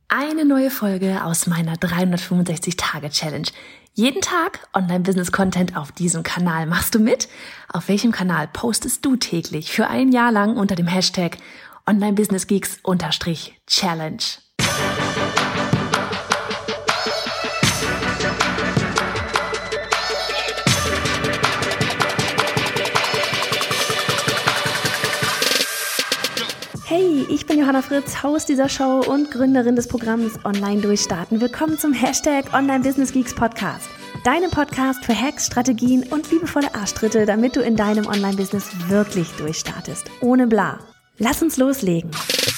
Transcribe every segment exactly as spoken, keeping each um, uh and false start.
Eine neue Folge aus meiner dreihundertfünfundsechzig-Tage-Challenge. Jeden Tag Online-Business-Content auf diesem Kanal. Machst du mit? Auf welchem Kanal postest du täglich für ein Jahr lang unter dem Hashtag Online-Business-Geeks-Challenge? Hey, ich bin Johanna Fritz, Host dieser Show und Gründerin des Programms Online Durchstarten. Willkommen zum Hashtag Online Business Geeks Podcast. Deinem Podcast für Hacks, Strategien und liebevolle Arschtritte, damit du in deinem Online-Business wirklich durchstartest. Ohne bla. Lass uns loslegen.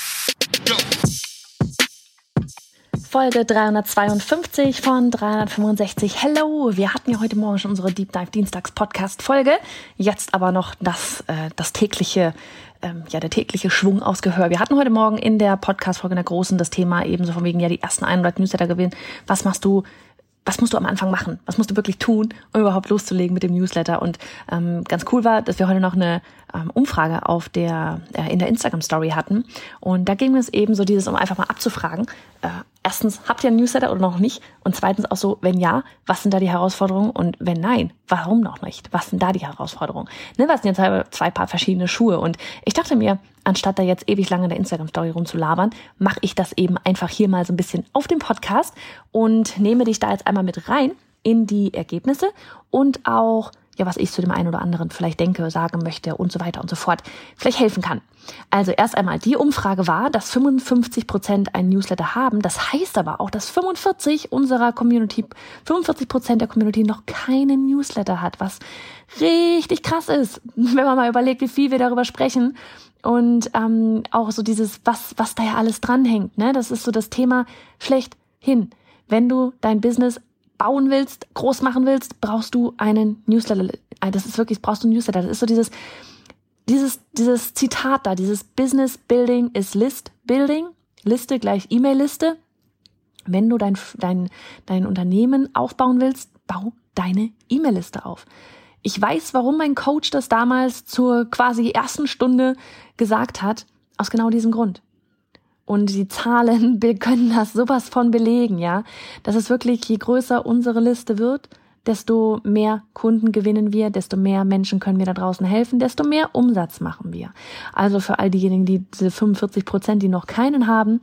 Folge dreihundertzweiundfünfzig von dreihundertfünfundsechzig. Hello! Wir hatten ja heute Morgen schon unsere Deep Dive Dienstags Podcast Folge. Jetzt aber noch das, äh, das tägliche Ähm, ja, der tägliche Schwung aus Gehör. Wir hatten heute Morgen in der Podcast-Folge in der großen das Thema ebenso von wegen, ja, die ersten hundert Newsletter gewinnen. Was machst du, was musst du am Anfang machen? Was musst du wirklich tun, um überhaupt loszulegen mit dem Newsletter? Und ähm, ganz cool war, dass wir heute noch eine ähm, Umfrage auf der äh, in der Instagram-Story hatten. Und da ging es eben so dieses, um einfach mal abzufragen, äh, erstens, habt ihr einen Newsletter oder noch nicht? Und zweitens auch so, wenn ja, was sind da die Herausforderungen? Und wenn nein, warum noch nicht? Was sind da die Herausforderungen? Ne, was sind jetzt zwei Paar verschiedene Schuhe? Und ich dachte mir, anstatt da jetzt ewig lange in der Instagram-Story rumzulabern, mache ich das eben einfach hier mal so ein bisschen auf dem Podcast und nehme dich da jetzt einmal mit rein in die Ergebnisse und auch, ja, was ich zu dem einen oder anderen vielleicht denke, sagen möchte und so weiter und so fort, vielleicht helfen kann. Also erst einmal, die Umfrage war, dass fünfundfünfzig Prozent einen Newsletter haben. Das heißt aber auch, dass fünfundvierzig unserer Community, fünfundvierzig Prozent der Community noch keinen Newsletter hat, was richtig krass ist, wenn man mal überlegt, wie viel wir darüber sprechen. Und ähm, auch so dieses, was was da ja alles dranhängt, ne? Das ist so das Thema schlechthin. Wenn du dein Business bauen willst, groß machen willst, brauchst du einen Newsletter. Das ist wirklich, brauchst du einen Newsletter. Das ist so dieses, dieses, dieses Zitat da, dieses Business Building is List Building. Liste gleich E-Mail-Liste. Wenn du dein, dein, dein Unternehmen aufbauen willst, bau deine E-Mail-Liste auf. Ich weiß, warum mein Coach das damals zur quasi ersten Stunde gesagt hat, aus genau diesem Grund. Und die Zahlen können das sowas von belegen, ja. Das ist wirklich, je größer unsere Liste wird, desto mehr Kunden gewinnen wir, desto mehr Menschen können wir da draußen helfen, desto mehr Umsatz machen wir. Also für all diejenigen, die diese fünfundvierzig Prozent, die noch keinen haben,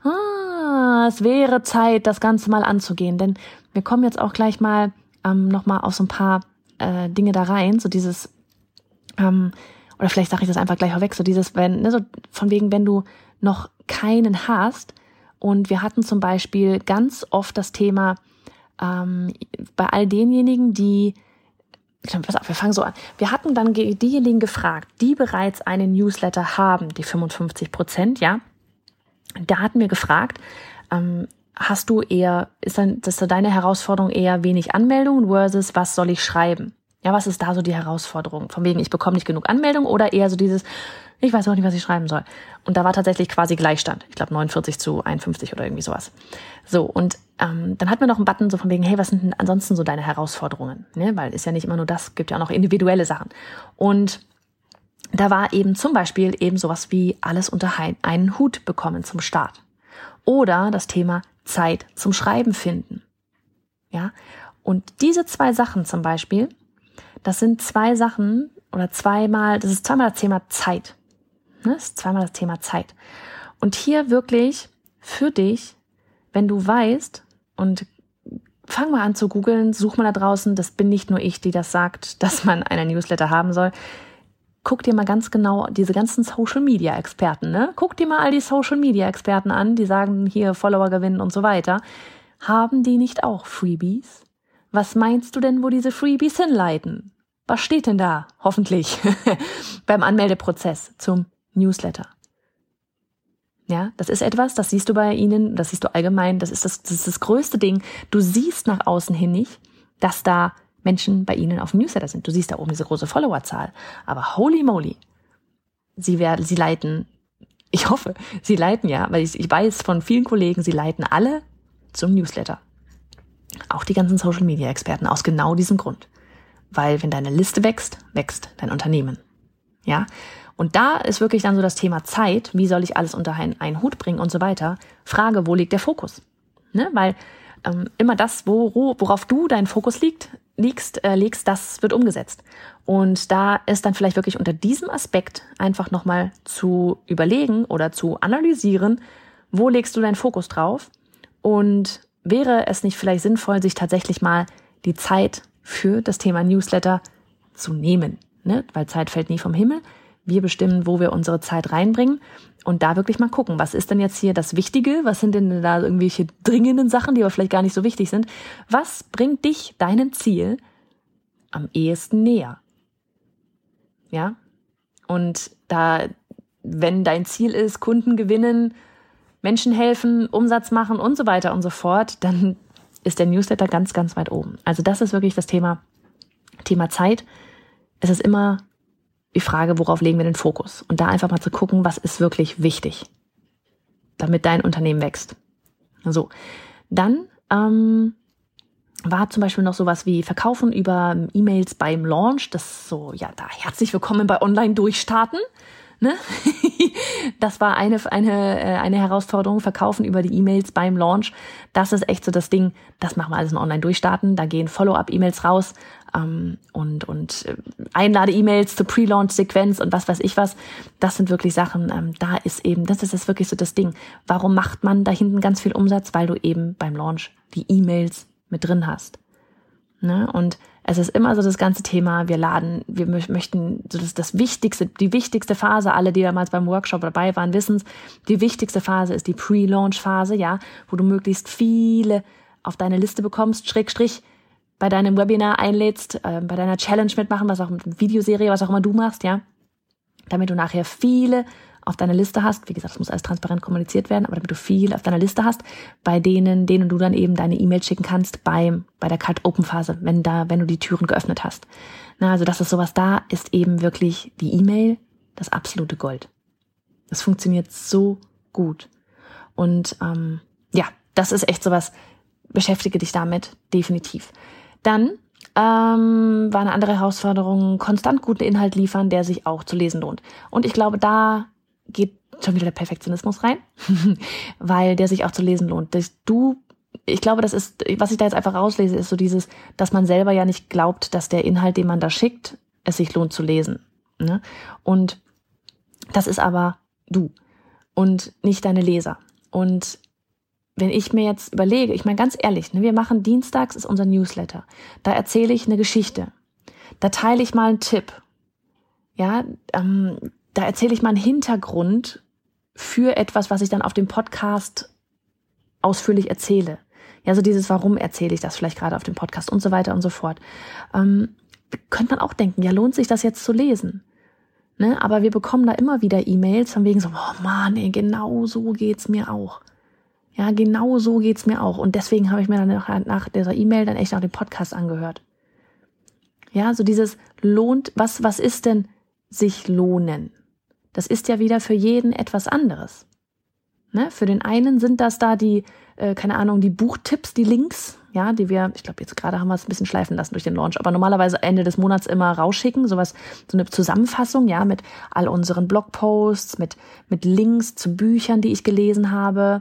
ah, es wäre Zeit, das Ganze mal anzugehen. Denn wir kommen jetzt auch gleich mal ähm, nochmal auf so ein paar äh, Dinge da rein, so dieses, ähm, oder vielleicht sage ich das einfach gleich auch weg, so dieses, wenn, ne, so von wegen, wenn du noch keinen hast. Und wir hatten zum Beispiel ganz oft das Thema ähm, bei all denjenigen, die, pass auf, wir fangen so an. Wir hatten dann diejenigen gefragt, die bereits einen Newsletter haben, die fünfundfünfzig Prozent, ja. Da hatten wir gefragt, ähm, hast du eher, ist dann, das ist deine Herausforderung eher wenig Anmeldungen versus was soll ich schreiben? Ja, was ist da so die Herausforderung? Von wegen, ich bekomme nicht genug Anmeldungen oder eher so dieses, ich weiß auch nicht, was ich schreiben soll. Und da war tatsächlich quasi Gleichstand. Ich glaube neunundvierzig zu einundfünfzig oder irgendwie sowas. So, und ähm, dann hatten wir noch einen Button so von wegen, hey, was sind denn ansonsten so deine Herausforderungen? Ne? Weil ist ja nicht immer nur das, gibt ja auch noch individuelle Sachen. Und da war eben zum Beispiel eben sowas wie alles unter einen Hut bekommen zum Start. Oder das Thema Zeit zum Schreiben finden. Ja, und diese zwei Sachen zum Beispiel, das sind zwei Sachen oder zweimal, das ist zweimal das Thema Zeit. Das ist zweimal das Thema Zeit. Und hier wirklich für dich, wenn du weißt, und fang mal an zu googeln, such mal da draußen, das bin nicht nur ich, die das sagt, dass man einen Newsletter haben soll. Guck dir mal ganz genau diese ganzen Social-Media-Experten, ne? Guck dir mal all die Social-Media-Experten an, die sagen, hier Follower gewinnen und so weiter. Haben die nicht auch Freebies? Was meinst du denn, wo diese Freebies hinleiten? Was steht denn da? Hoffentlich beim Anmeldeprozess zum Newsletter. Ja, das ist etwas, das siehst du bei ihnen, das siehst du allgemein, das ist das, das ist das größte Ding. Du siehst nach außen hin nicht, dass da Menschen bei ihnen auf dem Newsletter sind. Du siehst da oben diese große Followerzahl. Aber holy moly, sie werden, sie leiten, ich hoffe, sie leiten ja, weil ich, ich weiß von vielen Kollegen, sie leiten alle zum Newsletter. Auch die ganzen Social-Media-Experten aus genau diesem Grund. Weil wenn deine Liste wächst, wächst dein Unternehmen. Ja? Und da ist wirklich dann so das Thema Zeit, wie soll ich alles unter einen, einen Hut bringen und so weiter. Frage, wo liegt der Fokus? Ne? Weil ähm, immer das, wo, worauf du deinen Fokus liegt, liegst, äh, legst, das wird umgesetzt. Und da ist dann vielleicht wirklich unter diesem Aspekt einfach nochmal zu überlegen oder zu analysieren, wo legst du deinen Fokus drauf? Und wäre es nicht vielleicht sinnvoll, sich tatsächlich mal die Zeit für das Thema Newsletter zu nehmen? Ne? Weil Zeit fällt nie vom Himmel. Wir bestimmen, wo wir unsere Zeit reinbringen und da wirklich mal gucken, was ist denn jetzt hier das Wichtige? Was sind denn da irgendwelche dringenden Sachen, die aber vielleicht gar nicht so wichtig sind? Was bringt dich deinem Ziel am ehesten näher? Ja? Und da, wenn dein Ziel ist, Kunden gewinnen, Menschen helfen, Umsatz machen und so weiter und so fort, dann ist der Newsletter ganz, ganz weit oben. Also das ist wirklich das Thema, Thema Zeit. Es ist immer die Frage, worauf legen wir den Fokus? Und da einfach mal zu gucken, was ist wirklich wichtig, damit dein Unternehmen wächst. So, dann ähm, war zum Beispiel noch sowas wie Verkaufen über E-Mails beim Launch. Das ist so, ja, da herzlich willkommen bei Online-Durchstarten. Ne? Das war eine, eine, eine Herausforderung, Verkaufen über die E-Mails beim Launch. Das ist echt so das Ding, das machen wir alles in Online-Durchstarten. Da gehen Follow-up-E-Mails raus ähm, und, und Einlade-E-Mails zur Pre-Launch-Sequenz und was weiß ich was. Das sind wirklich Sachen, ähm, da ist eben, das ist das wirklich so das Ding. Warum macht man da hinten ganz viel Umsatz? Weil du eben beim Launch die E-Mails mit drin hast. Ne? Und es ist immer so das ganze Thema, wir laden, wir möchten, so das, das wichtigste, die wichtigste Phase, alle, die damals beim Workshop dabei waren, wissen es, die wichtigste Phase ist die Pre-Launch-Phase, ja, wo du möglichst viele auf deine Liste bekommst, Schrägstrich, bei deinem Webinar einlädst, äh, bei deiner Challenge mitmachen, was auch mit Videoserie, was auch immer du machst, ja, damit du nachher viele auf deiner Liste hast, wie gesagt, das muss alles transparent kommuniziert werden, aber damit du viel auf deiner Liste hast, bei denen, denen du dann eben deine E-Mail schicken kannst beim, bei der Cut-Open-Phase, wenn da, wenn du die Türen geöffnet hast. Na, also das ist sowas, da ist eben wirklich die E-Mail das absolute Gold. Das funktioniert so gut. Und ähm, ja, das ist echt sowas, beschäftige dich damit, definitiv. Dann ähm, war eine andere Herausforderung, konstant guten Inhalt liefern, der sich auch zu lesen lohnt. Und ich glaube, da geht schon wieder der Perfektionismus rein, weil der sich auch zu lesen lohnt. Du, ich glaube, das ist, was ich da jetzt einfach rauslese, ist so dieses, dass man selber ja nicht glaubt, dass der Inhalt, den man da schickt, es sich lohnt zu lesen. Ne? Und das ist aber du und nicht deine Leser. Und wenn ich mir jetzt überlege, ich meine ganz ehrlich, ne, wir machen dienstags, ist unser Newsletter. Da erzähle ich eine Geschichte. Da teile ich mal einen Tipp. Ja, ähm, da erzähle ich mal einen Hintergrund für etwas, was ich dann auf dem Podcast ausführlich erzähle. Ja, so dieses, warum erzähle ich das vielleicht gerade auf dem Podcast und so weiter und so fort. Ähm, könnte man auch denken, ja, lohnt sich das jetzt zu lesen? Ne? Aber wir bekommen da immer wieder E-Mails von wegen so, oh Mann, ey, genau so geht's mir auch. Ja, genau so geht's mir auch. Und deswegen habe ich mir dann nach, nach dieser E-Mail dann echt auch den Podcast angehört. Ja, so dieses lohnt, was, was ist denn sich lohnen? Das ist ja wieder für jeden etwas anderes. Ne? Für den einen sind das da die, äh, keine Ahnung, die Buchtipps, die Links, ja, die wir, ich glaube, jetzt gerade haben wir es ein bisschen schleifen lassen durch den Launch, aber normalerweise Ende des Monats immer rausschicken, sowas, so eine Zusammenfassung, ja, mit all unseren Blogposts, mit, mit Links zu Büchern, die ich gelesen habe,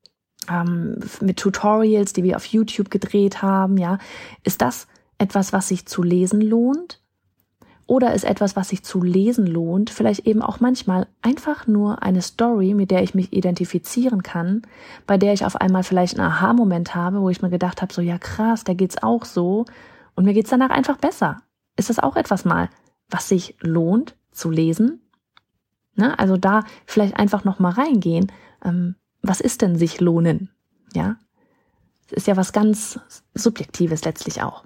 ähm, mit Tutorials, die wir auf YouTube gedreht haben, ja. Ist das etwas, was sich zu lesen lohnt? Oder ist etwas, was sich zu lesen lohnt, vielleicht eben auch manchmal einfach nur eine Story, mit der ich mich identifizieren kann, bei der ich auf einmal vielleicht einen Aha-Moment habe, wo ich mir gedacht habe, so ja krass, da geht's auch so und mir geht's danach einfach besser. Ist das auch etwas mal, was sich lohnt zu lesen? Ne? Also da vielleicht einfach noch mal reingehen. Ähm, was ist denn sich lohnen? Ja, es ist ja was ganz Subjektives letztlich auch.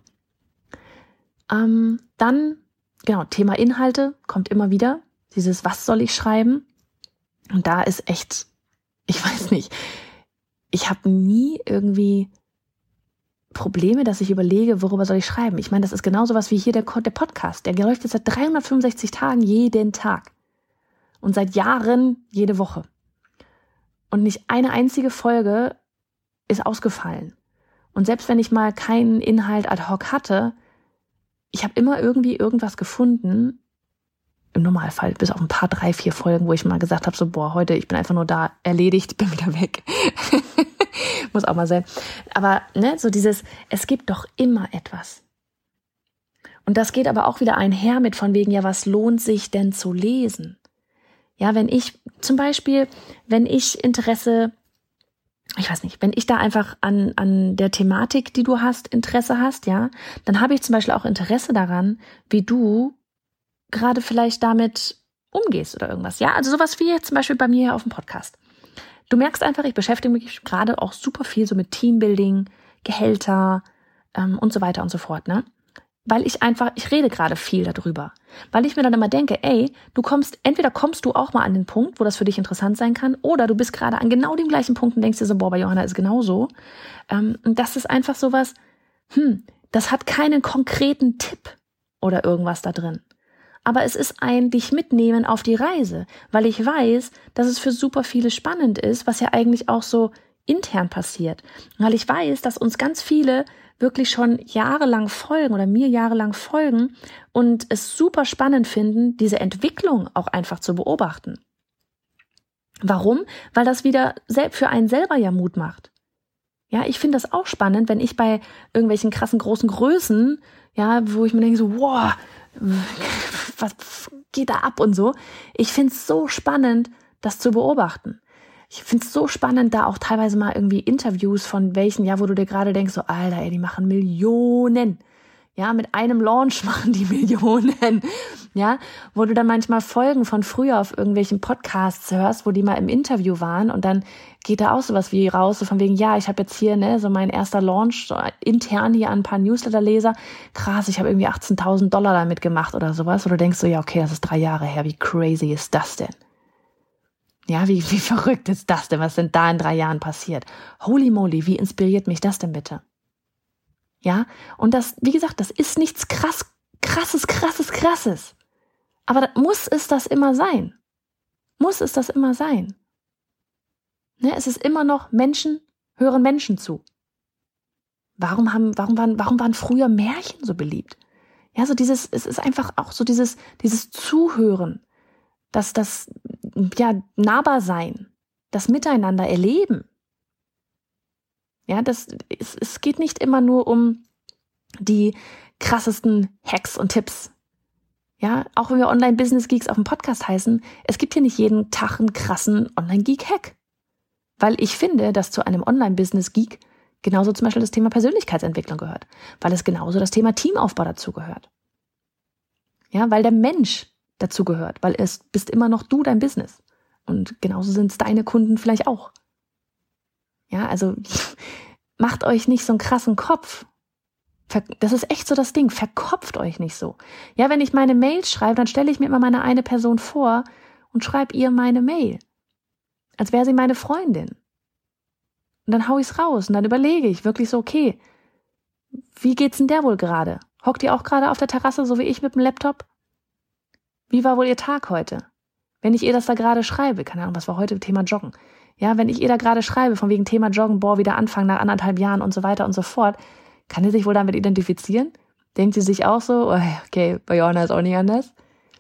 Ähm, dann Genau, Thema Inhalte kommt immer wieder. Dieses, was soll ich schreiben? Und da ist echt, ich weiß nicht, ich habe nie irgendwie Probleme, dass ich überlege, worüber soll ich schreiben. Ich meine, das ist genauso was wie hier der, der Podcast. Der läuft jetzt seit dreihundertfünfundsechzig Tagen jeden Tag. Und seit Jahren jede Woche. Und nicht eine einzige Folge ist ausgefallen. Und selbst wenn ich mal keinen Inhalt ad hoc hatte, ich habe immer irgendwie irgendwas gefunden, im Normalfall, bis auf ein paar, drei, vier Folgen, wo ich mal gesagt habe, so, boah, heute, ich bin einfach nur da, erledigt, bin wieder weg. Muss auch mal sein. Aber ne, so dieses, es gibt doch immer etwas. Und das geht aber auch wieder einher mit von wegen, ja, was lohnt sich denn zu lesen? Ja, wenn ich zum Beispiel, wenn ich Interesse, ich weiß nicht, wenn ich da einfach an, an der Thematik, die du hast, Interesse hast, ja, dann habe ich zum Beispiel auch Interesse daran, wie du gerade vielleicht damit umgehst oder irgendwas. Ja, also sowas wie jetzt zum Beispiel bei mir hier auf dem Podcast. Du merkst einfach, ich beschäftige mich gerade auch super viel so mit Teambuilding, Gehälter ähm, und so weiter und so fort, ne? Weil ich einfach, ich rede gerade viel darüber. Weil ich mir dann immer denke, ey, du kommst, entweder kommst du auch mal an den Punkt, wo das für dich interessant sein kann, oder du bist gerade an genau dem gleichen Punkt und denkst dir so, boah, bei Johanna ist genauso. Ähm, und das ist einfach sowas, hm, das hat keinen konkreten Tipp oder irgendwas da drin. Aber es ist ein dich mitnehmen auf die Reise, weil ich weiß, dass es für super viele spannend ist, was ja eigentlich auch so intern passiert. Weil ich weiß, dass uns ganz viele wirklich schon jahrelang folgen oder mir jahrelang folgen und es super spannend finden, diese Entwicklung auch einfach zu beobachten. Warum? Weil das wieder für einen selber ja Mut macht. Ja, ich finde das auch spannend, wenn ich bei irgendwelchen krassen großen Größen, ja, wo ich mir denke so, wow, was geht da ab und so. Ich finde es so spannend, das zu beobachten. Ich finde es so spannend, da auch teilweise mal irgendwie Interviews von welchen, ja, wo du dir gerade denkst, so, Alter, ey, die machen Millionen. Ja, mit einem Launch machen die Millionen. Ja, wo du dann manchmal Folgen von früher auf irgendwelchen Podcasts hörst, wo die mal im Interview waren und dann geht da auch sowas wie raus, so von wegen, ja, ich habe jetzt hier, ne, so mein erster Launch, so intern hier an ein paar Newsletter-Leser. Krass, ich habe irgendwie achtzehntausend Dollar damit gemacht oder sowas. Oder denkst du, ja, okay, das ist drei Jahre her, wie crazy ist das denn? Ja, wie, wie verrückt ist das denn? Was denn da in drei Jahren passiert? Holy moly, wie inspiriert mich das denn bitte? Ja, und das, wie gesagt, das ist nichts krass, krasses, krasses, krasses. Aber das, muss es das immer sein? Muss es das immer sein? Ne, es ist immer noch Menschen, hören Menschen zu. Warum haben, warum waren, warum waren früher Märchen so beliebt? Ja, so dieses, es ist einfach auch so dieses, dieses Zuhören, das, das, ja, nahbar sein, das Miteinander erleben. Ja, das, es, es geht nicht immer nur um die krassesten Hacks und Tipps. Ja, auch wenn wir Online-Business-Geeks auf dem Podcast heißen, es gibt hier nicht jeden Tag einen krassen Online-Geek-Hack. Weil ich finde, dass zu einem Online-Business-Geek genauso zum Beispiel das Thema Persönlichkeitsentwicklung gehört. Weil es genauso das Thema Teamaufbau dazu gehört. Ja, weil der Mensch dazu gehört. Weil es bist immer noch du, dein Business. Und genauso sind es deine Kunden vielleicht auch. Ja, also macht euch nicht so einen krassen Kopf. Das ist echt so das Ding. Verkopft euch nicht so. Ja, wenn ich meine Mails schreibe, dann stelle ich mir immer meine eine Person vor und schreibe ihr meine Mail. Als wäre sie meine Freundin. Und dann hau ich's raus und dann überlege ich wirklich so, okay, wie geht's denn der wohl gerade? Hockt ihr auch gerade auf der Terrasse, so wie ich mit dem Laptop? Wie war wohl ihr Tag heute? Wenn ich ihr das da gerade schreibe, keine Ahnung, was war heute Thema Joggen? Ja, wenn ich ihr da gerade schreibe, von wegen Thema Joggen, boah, wieder anfangen nach anderthalb Jahren und so weiter und so fort, kann sie sich wohl damit identifizieren? Denkt sie sich auch so, okay, bei Johanna ist auch nicht anders?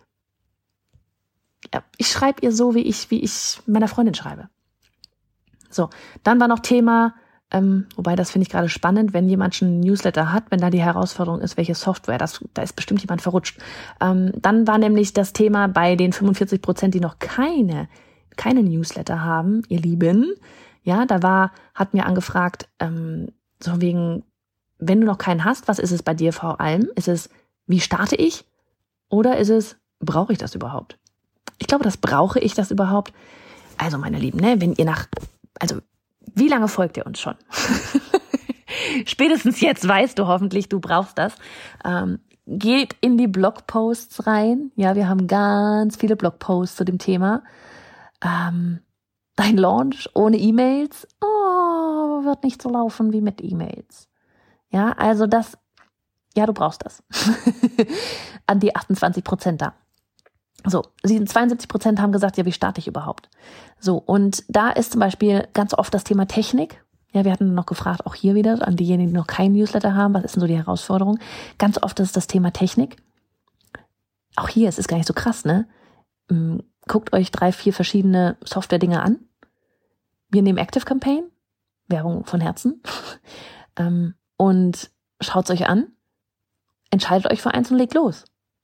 Ja, ich schreibe ihr so, wie ich, wie ich meiner Freundin schreibe. So, dann war noch Thema, ähm, wobei das finde ich gerade spannend, wenn jemand schon einen Newsletter hat, wenn da die Herausforderung ist, welche Software, das, da ist bestimmt jemand verrutscht. Ähm, dann war nämlich das Thema bei den fünfundvierzig Prozent, die noch keine, keine Newsletter haben, ihr Lieben, ja, da war, hat mir angefragt, ähm, so wegen, wenn du noch keinen hast, was ist es bei dir vor allem? Ist es, wie starte ich? Oder ist es, brauche ich das überhaupt? Ich glaube, das brauche ich das überhaupt. Also, meine Lieben, ne, wenn ihr nach, also, wie lange folgt ihr uns schon? Spätestens jetzt weißt du hoffentlich, du brauchst das. Ähm, geht in die Blogposts rein. Ja, wir haben ganz viele Blogposts zu dem Thema. Ähm, dein Launch ohne E-Mails, oh, wird nicht so laufen wie mit E-Mails. Ja, also das, ja, du brauchst das. An die achtundzwanzig Prozent da. So, zweiundsiebzig Prozent haben gesagt, ja, wie starte ich überhaupt? So, und da ist zum Beispiel ganz oft das Thema Technik. Ja, wir hatten noch gefragt, auch hier wieder, an diejenigen, die noch keinen Newsletter haben, was ist denn so die Herausforderung? Ganz oft ist das Thema Technik. auch hier, es ist gar nicht so krass, ne? Guckt euch drei, vier verschiedene Software-Dinge an. Wir nehmen ActiveCampaign, Werbung von Herzen, ähm, und schaut es euch an, entscheidet euch für eins und legt los.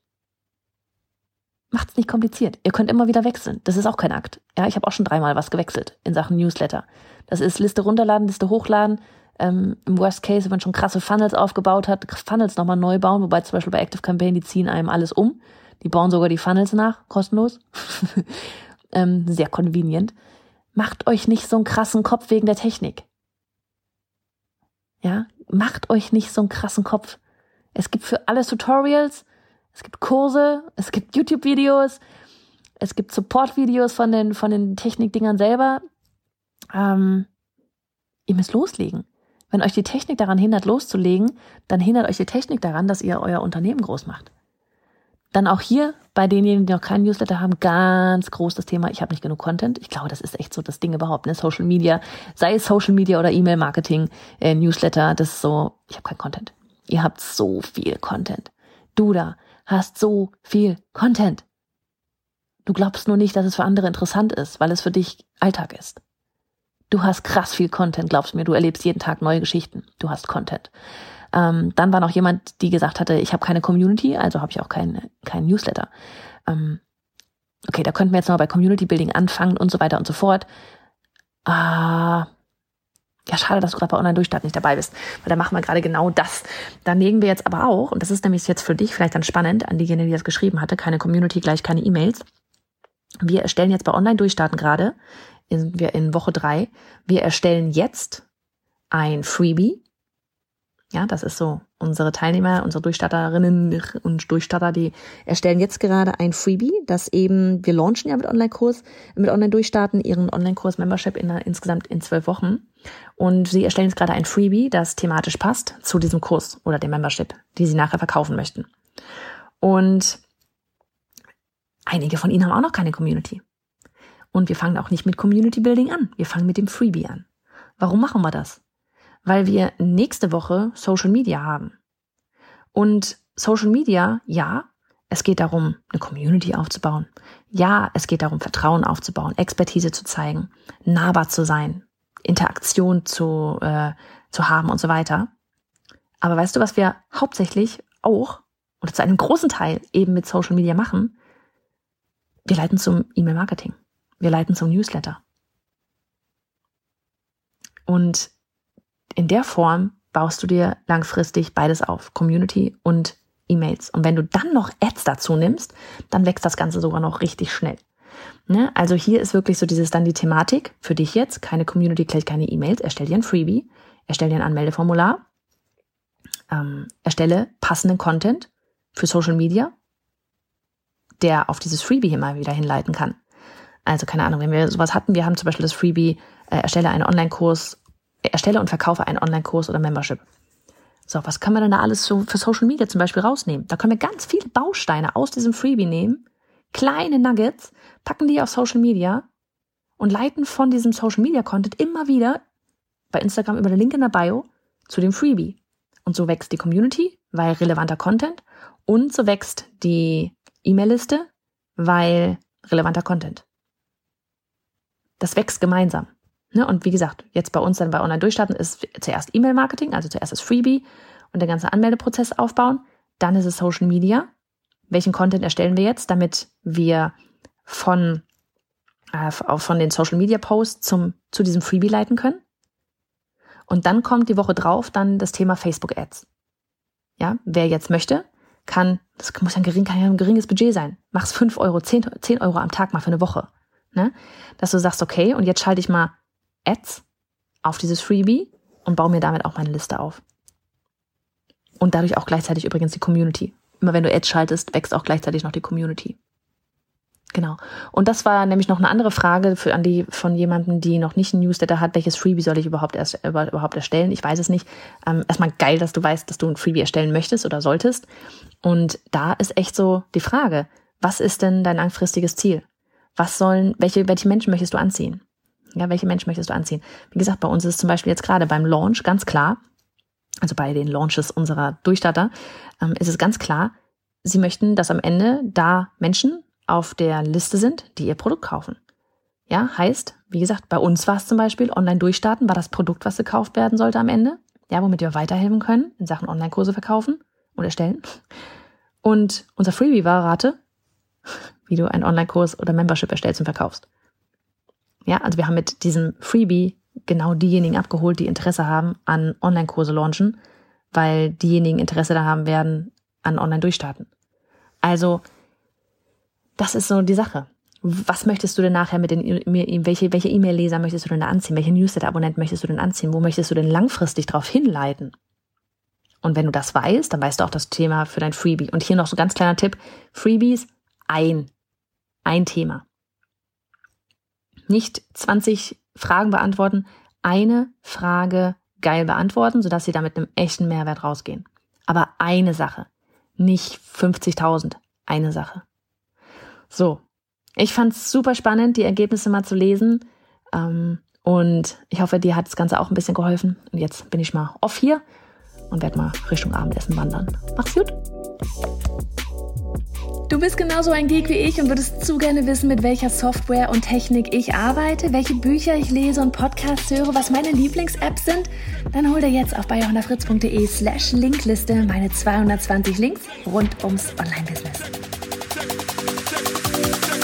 Macht's nicht kompliziert. Ihr könnt immer wieder wechseln. Das ist auch kein Akt. Ja, ich habe auch schon dreimal was gewechselt in Sachen Newsletter. Das ist Liste runterladen, Liste hochladen. Ähm, im Worst Case, wenn man schon krasse Funnels aufgebaut hat, Funnels nochmal neu bauen, wobei zum Beispiel bei ActiveCampaign, die ziehen einem alles um. Die bauen sogar die Funnels nach, kostenlos. ähm, sehr convenient. Macht euch nicht so einen krassen Kopf wegen der Technik. Ja, macht euch nicht so einen krassen Kopf. Es gibt für alles Tutorials, es gibt Kurse, es gibt YouTube-Videos, es gibt Support-Videos von den, von den Technikdingern selber. Ähm, ihr müsst loslegen. Wenn euch die Technik daran hindert, loszulegen, dann hindert euch die Technik daran, dass ihr euer Unternehmen groß macht. Dann auch hier, bei denjenigen, die noch keinen Newsletter haben, ganz groß das Thema, ich habe nicht genug Content. Ich glaube, das ist echt so das Ding überhaupt, ne? Social Media, sei es Social Media oder E-Mail-Marketing, äh, Newsletter, das ist so, ich habe keinen Content. Ihr habt so viel Content. Du da hast so viel Content. Du glaubst nur nicht, dass es für andere interessant ist, weil es für dich Alltag ist. Du hast krass viel Content, glaubst mir, du erlebst jeden Tag neue Geschichten. Du hast Content. Ähm, dann war noch jemand, die gesagt hatte, ich habe keine Community, also habe ich auch keinen kein Newsletter. Ähm, okay, da könnten wir jetzt noch bei Community Building anfangen und so weiter und so fort. Ah, ja, schade, dass du gerade bei Online-Durchstart nicht dabei bist, weil da machen wir gerade genau das. Da legen wir jetzt aber auch, und das ist nämlich jetzt für dich vielleicht dann spannend, an diejenige, die das geschrieben hatte, keine Community, gleich keine E-Mails. Wir erstellen jetzt bei Online-Durchstarten gerade, in, wir in Woche drei, wir erstellen jetzt ein Freebie. Ja, das ist so, unsere Teilnehmer, unsere Durchstarterinnen und Durchstarter, die erstellen jetzt gerade ein Freebie, das eben, wir launchen ja mit Online-Kurs, mit Online-Durchstarten ihren Online-Kurs-Membership in, insgesamt in zwölf Wochen. Und sie erstellen jetzt gerade ein Freebie, das thematisch passt zu diesem Kurs oder dem Membership, die sie nachher verkaufen möchten. Und einige von ihnen haben auch noch keine Community. Und wir fangen auch nicht mit Community Building an. Wir fangen mit dem Freebie an. Warum machen wir das? Weil wir nächste Woche Social Media haben. Und Social Media, ja, es geht darum, eine Community aufzubauen. Ja, es geht darum, Vertrauen aufzubauen, Expertise zu zeigen, nahbar zu sein, Interaktion zu, äh, zu haben und so weiter. Aber weißt du, was wir hauptsächlich auch oder zu einem großen Teil eben mit Social Media machen? Wir leiten zum E-Mail-Marketing. Wir leiten zum Newsletter. Und in der Form baust du dir langfristig beides auf, Community und E-Mails. Und wenn du dann noch Ads dazu nimmst, dann wächst das Ganze sogar noch richtig schnell. Ne? Also hier ist wirklich so dieses dann die Thematik für dich jetzt, keine Community, gleich keine E-Mails, erstell dir ein Freebie, erstell dir ein Anmeldeformular, ähm, erstelle passenden Content für Social Media, der auf dieses Freebie hier mal wieder hinleiten kann. Also keine Ahnung, wenn wir sowas hatten, wir haben zum Beispiel das Freebie, äh, erstelle einen Online-Kurs, äh, erstelle und verkaufe einen Online-Kurs oder Membership. So, was können wir denn da alles so für Social Media zum Beispiel rausnehmen? Da können wir ganz viele Bausteine aus diesem Freebie nehmen, kleine Nuggets, packen die auf Social Media und leiten von diesem Social Media Content immer wieder bei Instagram über den Link in der Bio zu dem Freebie. Und so wächst die Community, weil relevanter Content, und so wächst die E-Mail-Liste, weil relevanter Content. Das wächst gemeinsam. Ne? Und wie gesagt, jetzt bei uns dann bei Online-Durchstarten ist zuerst E-Mail-Marketing, also zuerst das Freebie und der ganze Anmeldeprozess aufbauen. Dann ist es Social Media. Welchen Content erstellen wir jetzt, damit wir von, äh, von den Social Media Posts zum, zu diesem Freebie leiten können? Und dann kommt die Woche drauf dann das Thema Facebook Ads. Ja, wer jetzt möchte, kann, das muss ja ein, gering, kann ja ein geringes Budget sein. Mach's fünf Euro, zehn Euro am Tag mal für eine Woche. Ne? Dass du sagst, okay, und jetzt schalte ich mal Ads auf dieses Freebie und baue mir damit auch meine Liste auf. Und dadurch auch gleichzeitig übrigens die Community. Immer wenn du Ads schaltest, wächst auch gleichzeitig noch die Community. Genau. Und das war nämlich noch eine andere Frage für, an die von jemandem, die noch nicht ein Newsletter hat. Welches Freebie soll ich überhaupt erst überhaupt erstellen? Ich weiß es nicht. Ähm, erstmal geil, dass du weißt, dass du ein Freebie erstellen möchtest oder solltest. Und da ist echt so die Frage, was ist denn dein langfristiges Ziel? Was sollen, welche, welche Menschen möchtest du anziehen? Ja, welche Menschen möchtest du anziehen? Wie gesagt, bei uns ist es zum Beispiel jetzt gerade beim Launch ganz klar, also bei den Launches unserer Durchstarter, ähm, ist es ganz klar, sie möchten, dass am Ende da Menschen auf der Liste sind, die ihr Produkt kaufen. Ja, heißt, wie gesagt, bei uns war es zum Beispiel, online durchstarten war das Produkt, was gekauft werden sollte am Ende. Ja, womit wir weiterhelfen können in Sachen Online-Kurse verkaufen und erstellen. Und unser Freebie war, rate, wie du einen Online-Kurs oder Membership erstellst und verkaufst. Ja, also wir haben mit diesem Freebie genau diejenigen abgeholt, die Interesse haben an Online-Kurse launchen, weil diejenigen Interesse da haben werden an Online-Durchstarten. Also, das ist so die Sache. Was möchtest du denn nachher mit den, welche, welche E-Mail-Leser möchtest du denn da anziehen? Welche Newsletter-Abonnenten möchtest du denn anziehen? Wo möchtest du denn langfristig drauf hinleiten? Und wenn du das weißt, dann weißt du auch das Thema für dein Freebie. Und hier noch so ein ganz kleiner Tipp. Freebies, ein, ein Thema. Nicht zwanzig Fragen beantworten, eine Frage geil beantworten, sodass sie da mit einem echten Mehrwert rausgehen. Aber eine Sache, nicht fünfzigtausend, eine Sache. So. Ich fand es super spannend, die Ergebnisse mal zu lesen. Ähm, und ich hoffe, dir hat das Ganze auch ein bisschen geholfen. Und jetzt bin ich mal off hier und werde mal Richtung Abendessen wandern. Mach's gut. Du bist genauso ein Geek wie ich und würdest zu gerne wissen, mit welcher Software und Technik ich arbeite, welche Bücher ich lese und Podcasts höre, was meine Lieblings-Apps sind? Dann hol dir jetzt auf bei johanna fritz punkt de slash Linkliste meine zweihundertzwanzig Links rund ums Online-Business.